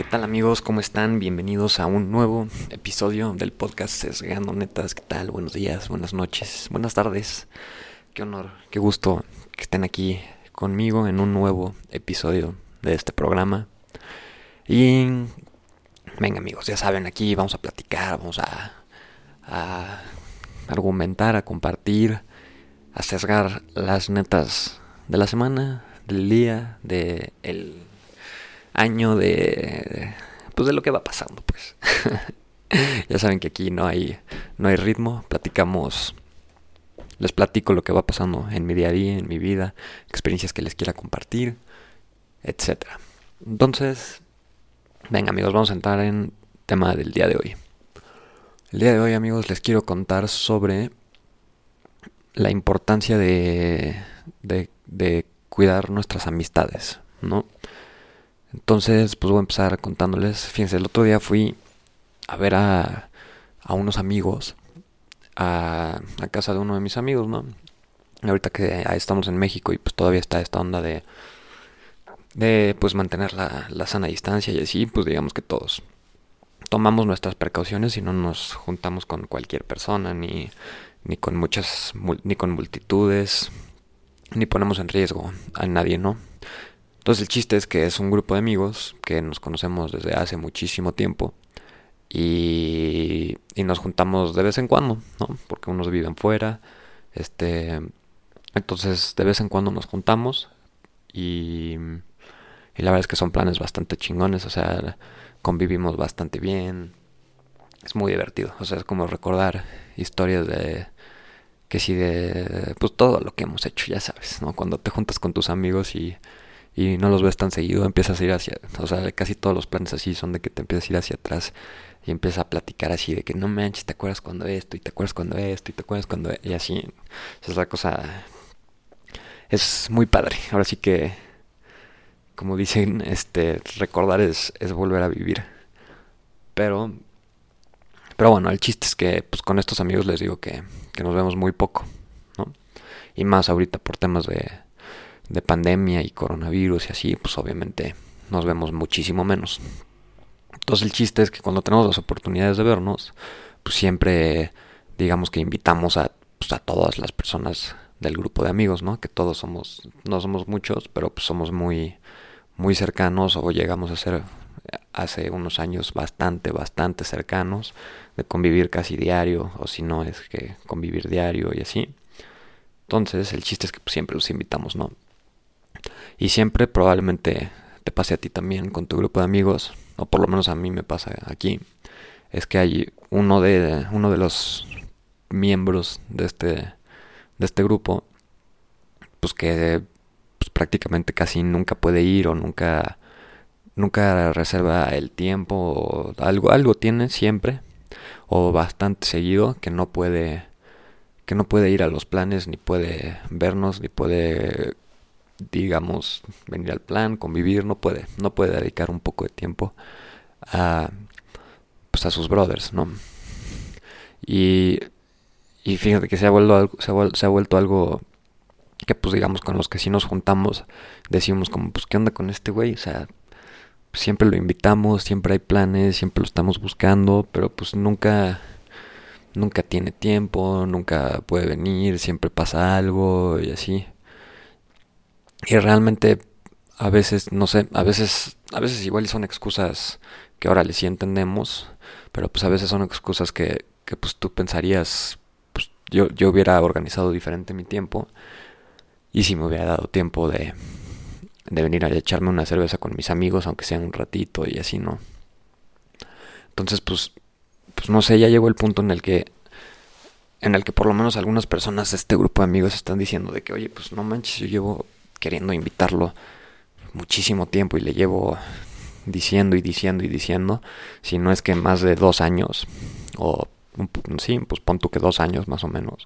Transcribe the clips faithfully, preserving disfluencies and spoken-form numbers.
tal amigos? ¿Cómo están? Bienvenidos a un nuevo episodio del podcast Sesgando Netas. ¿Qué tal? Buenos días, buenas noches, buenas tardes. Qué honor, qué gusto que estén aquí conmigo en un nuevo episodio de este programa. Y venga amigos, ya saben, aquí vamos a platicar, vamos a, a argumentar, a compartir, a sesgar las netas de la semana, del día, del año, de pues de lo que va pasando, pues. Ya saben que aquí no hay no hay ritmo, platicamos, les platico lo que va pasando en mi día a día, en mi vida, experiencias que les quiera compartir, etcétera. Entonces, venga amigos, vamos a entrar en tema del día de hoy. El día de hoy, amigos, les quiero contar sobre la importancia de de, de cuidar nuestras amistades, ¿no? Entonces, pues voy a empezar contándoles. Fíjense, el otro día fui a ver a, a unos amigos a, a casa de uno de mis amigos, ¿no? Ahorita que estamos en México y pues todavía está esta onda de de pues mantener la, la sana distancia y así, pues digamos que todos tomamos nuestras precauciones y no nos juntamos con cualquier persona, ni, ni con muchas, ni con multitudes, ni ponemos en riesgo a nadie, ¿no? Entonces el chiste es que es un grupo de amigos que nos conocemos desde hace muchísimo tiempo y, y nos juntamos de vez en cuando, ¿no? Porque unos viven fuera, este, entonces de vez en cuando nos juntamos y, y la verdad es que son planes bastante chingones, o sea, convivimos bastante bien, es muy divertido, o sea, es como recordar historias de que sí de pues todo lo que hemos hecho, ya sabes, ¿no? Cuando te juntas con tus amigos y y no los ves tan seguido, empiezas a ir hacia, o sea, casi todos los planes así son de que te empiezas a ir hacia atrás y empiezas a platicar así de que no manches, te acuerdas cuando esto, y te acuerdas cuando esto, y te acuerdas cuando, y así, esa es la cosa, es muy padre, ahora sí que, como dicen, este, recordar es, es volver a vivir, pero, pero bueno, el chiste es que, pues con estos amigos les digo que, que nos vemos muy poco, ¿no? Y más ahorita por temas de de pandemia y coronavirus y así, pues obviamente nos vemos muchísimo menos. Entonces el chiste es que cuando tenemos las oportunidades de vernos, pues siempre digamos que invitamos a, pues, a todas las personas del grupo de amigos, ¿no? Que todos somos, no somos muchos, pero pues somos muy, muy cercanos o llegamos a ser hace unos años bastante, bastante cercanos, de convivir casi diario, o si no es que convivir diario y así. Entonces el chiste es que pues, siempre los invitamos, ¿no? Y siempre probablemente te pase a ti también con tu grupo de amigos, o por lo menos a mí me pasa aquí, es que hay uno de uno de los miembros de este de este grupo, pues que pues prácticamente casi nunca puede ir o nunca nunca reserva el tiempo o algo algo tiene siempre o bastante seguido que no puede que no puede ir a los planes, ni puede vernos, ni puede, digamos, venir al plan, convivir, no puede, no puede dedicar un poco de tiempo a, pues a sus brothers, ¿no? Y, y fíjate que se ha vuelto algo, se ha, vuel- se ha vuelto algo que, pues digamos, con los que sí nos juntamos, decimos como, pues, ¿qué onda con este güey? O sea, siempre lo invitamos, siempre hay planes, siempre lo estamos buscando, pero pues nunca, nunca tiene tiempo, nunca puede venir, siempre pasa algo y así. Y realmente a veces, no sé, a veces, a veces igual son excusas que ahora le sí entendemos, pero pues a veces son excusas que, que pues tú pensarías, pues yo, yo hubiera organizado diferente mi tiempo y si me hubiera dado tiempo de, de venir a echarme una cerveza con mis amigos, aunque sea un ratito y así, ¿no? Entonces pues, pues no sé, ya llegó el punto en el que en el que por lo menos algunas personas de este grupo de amigos están diciendo de que, oye, pues no manches, yo llevo queriendo invitarlo muchísimo tiempo y le llevo diciendo y diciendo y diciendo, si no es que más de dos años, o sí, pues pon tú que dos años más o menos,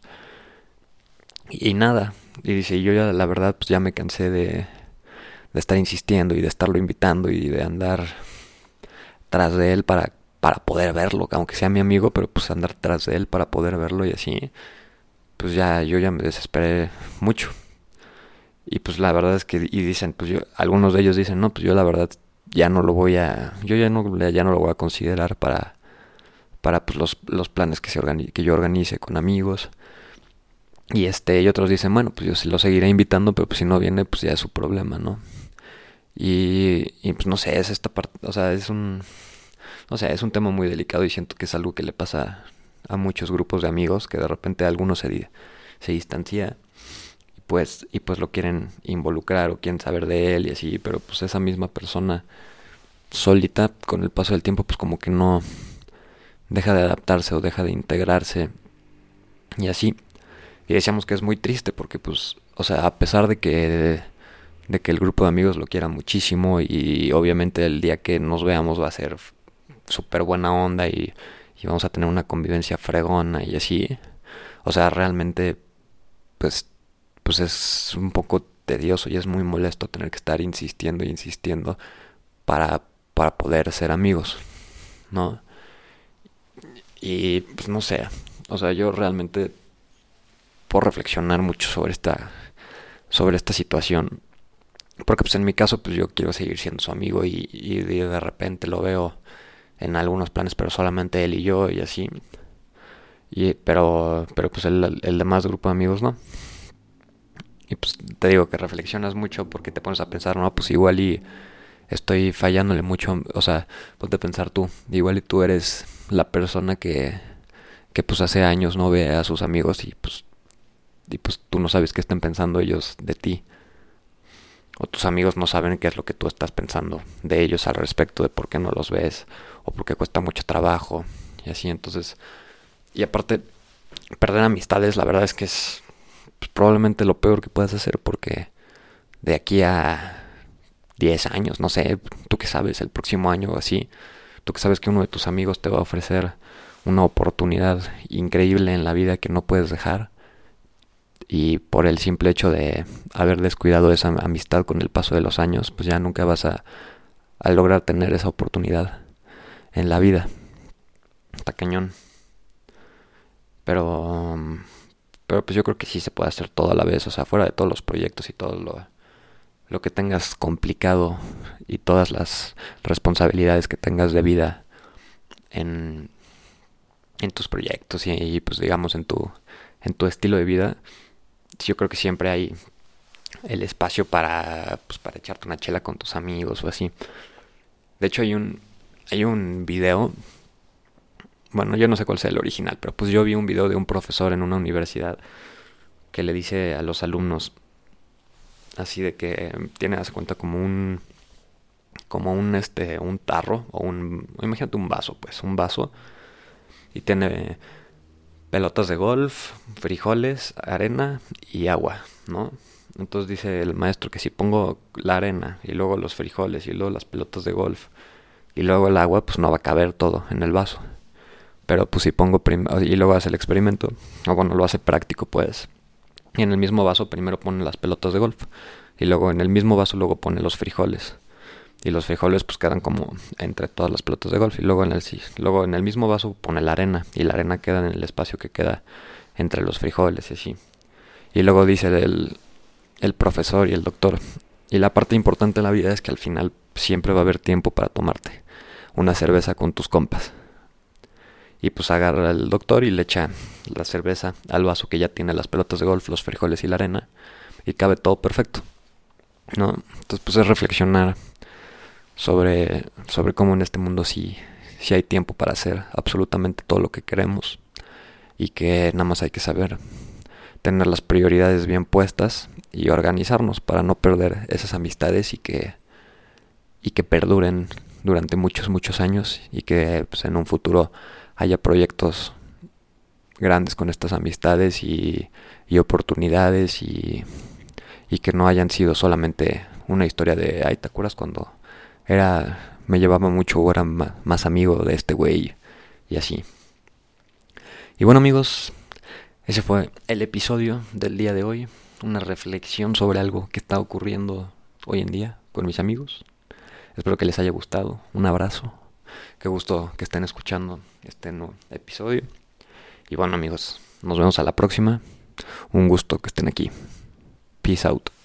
y, y nada, y dice, yo ya la verdad pues ya me cansé de, de estar insistiendo y de estarlo invitando y de andar tras de él para, para poder verlo, aunque sea mi amigo, pero pues andar tras de él para poder verlo y así, pues ya yo ya me desesperé mucho. Y pues la verdad es que, y dicen, pues yo, algunos de ellos dicen, no, pues yo la verdad ya no lo voy a, yo ya no, ya no lo voy a considerar para, para pues, los, los planes que, se organi- que yo organice con amigos. Y este, y otros dicen, bueno, pues yo se lo seguiré invitando, pero pues si no viene, pues ya es su problema, ¿no? Y, y pues no sé, es esta parte, o sea, es un, no sé, es un tema muy delicado y siento que es algo que le pasa a muchos grupos de amigos, que de repente algunos se, di- se distancia y pues, y pues lo quieren involucrar o quieren saber de él y así, pero pues esa misma persona solita con el paso del tiempo pues como que no deja de adaptarse o deja de integrarse y así. Y decíamos que es muy triste porque pues, o sea, a pesar de que de que el grupo de amigos lo quiera muchísimo y obviamente el día que nos veamos va a ser súper buena onda y, y vamos a tener una convivencia fregona y así. O sea, realmente pues pues es un poco tedioso y es muy molesto tener que estar insistiendo y insistiendo para para poder ser amigos, ¿no? Y pues no sé, o sea, yo realmente puedo reflexionar mucho sobre esta sobre esta situación. Porque pues en mi caso pues yo quiero seguir siendo su amigo y, y de repente lo veo en algunos planes pero solamente él y yo y así. Y, pero pero pues el, el demás grupo de amigos no. Y pues te digo que reflexionas mucho porque te pones a pensar, no, pues igual y estoy fallándole mucho. O sea, ponte a pensar tú, igual y tú eres la persona que, que pues hace años no ve a sus amigos y pues, y pues tú no sabes qué están pensando ellos de ti. O tus amigos no saben qué es lo que tú estás pensando de ellos al respecto de por qué no los ves o por qué cuesta mucho trabajo y así. Entonces, y aparte, perder amistades la verdad es que es pues, probablemente lo peor que puedas hacer porque de aquí a diez años, no sé, tú que sabes, el próximo año o así, tú que sabes que uno de tus amigos te va a ofrecer una oportunidad increíble en la vida que no puedes dejar y por el simple hecho de haber descuidado esa amistad con el paso de los años, pues ya nunca vas a, a lograr tener esa oportunidad en la vida. Está cañón. Pero, pero pues yo creo que sí se puede hacer todo a la vez, o sea, fuera de todos los proyectos y todo lo, lo que tengas complicado y todas las responsabilidades que tengas de vida en, en tus proyectos y, y pues digamos en tu, en tu estilo de vida, yo creo que siempre hay el espacio para pues para echarte una chela con tus amigos o así. De hecho hay un hay un video, bueno, yo no sé cuál sea el original, pero pues yo vi un video de un profesor en una universidad que le dice a los alumnos así de que tiene, hace cuenta como un como un este un tarro o un, imagínate un vaso, pues, un vaso y tiene pelotas de golf, frijoles, arena y agua, ¿no? Entonces dice el maestro que si pongo la arena y luego los frijoles y luego las pelotas de golf y luego el agua, pues no va a caber todo en el vaso. Pero pues si pongo prim y luego hace el experimento, o bueno, lo hace práctico pues. Y en el mismo vaso primero pone las pelotas de golf y luego en el mismo vaso luego pone los frijoles. Y los frijoles pues quedan como entre todas las pelotas de golf y luego en el luego en el mismo vaso pone la arena y la arena queda en el espacio que queda entre los frijoles y así. Y luego dice el, el profesor y el doctor, y la parte importante de la vida es que al final siempre va a haber tiempo para tomarte una cerveza con tus compas. Y pues agarra el doctor y le echa la cerveza al vaso que ya tiene las pelotas de golf, los frijoles y la arena y cabe todo perfecto, ¿no? Entonces pues es reflexionar sobre, sobre cómo en este mundo sí, sí hay tiempo para hacer absolutamente todo lo que queremos y que nada más hay que saber tener las prioridades bien puestas y organizarnos para no perder esas amistades y que, y que perduren durante muchos, muchos años y que pues, en un futuro haya proyectos grandes con estas amistades y, y oportunidades y, y que no hayan sido solamente una historia de, ay, ¿te acuerdas cuando era, me llevaba mucho o era ma- más amigo de este güey? Y así. Y bueno amigos, ese fue el episodio del día de hoy. Una reflexión sobre algo que está ocurriendo hoy en día con mis amigos. Espero que les haya gustado. Un abrazo. Qué gusto que estén escuchando este nuevo episodio. Y bueno amigos, nos vemos a la próxima. Un gusto que estén aquí. Peace out.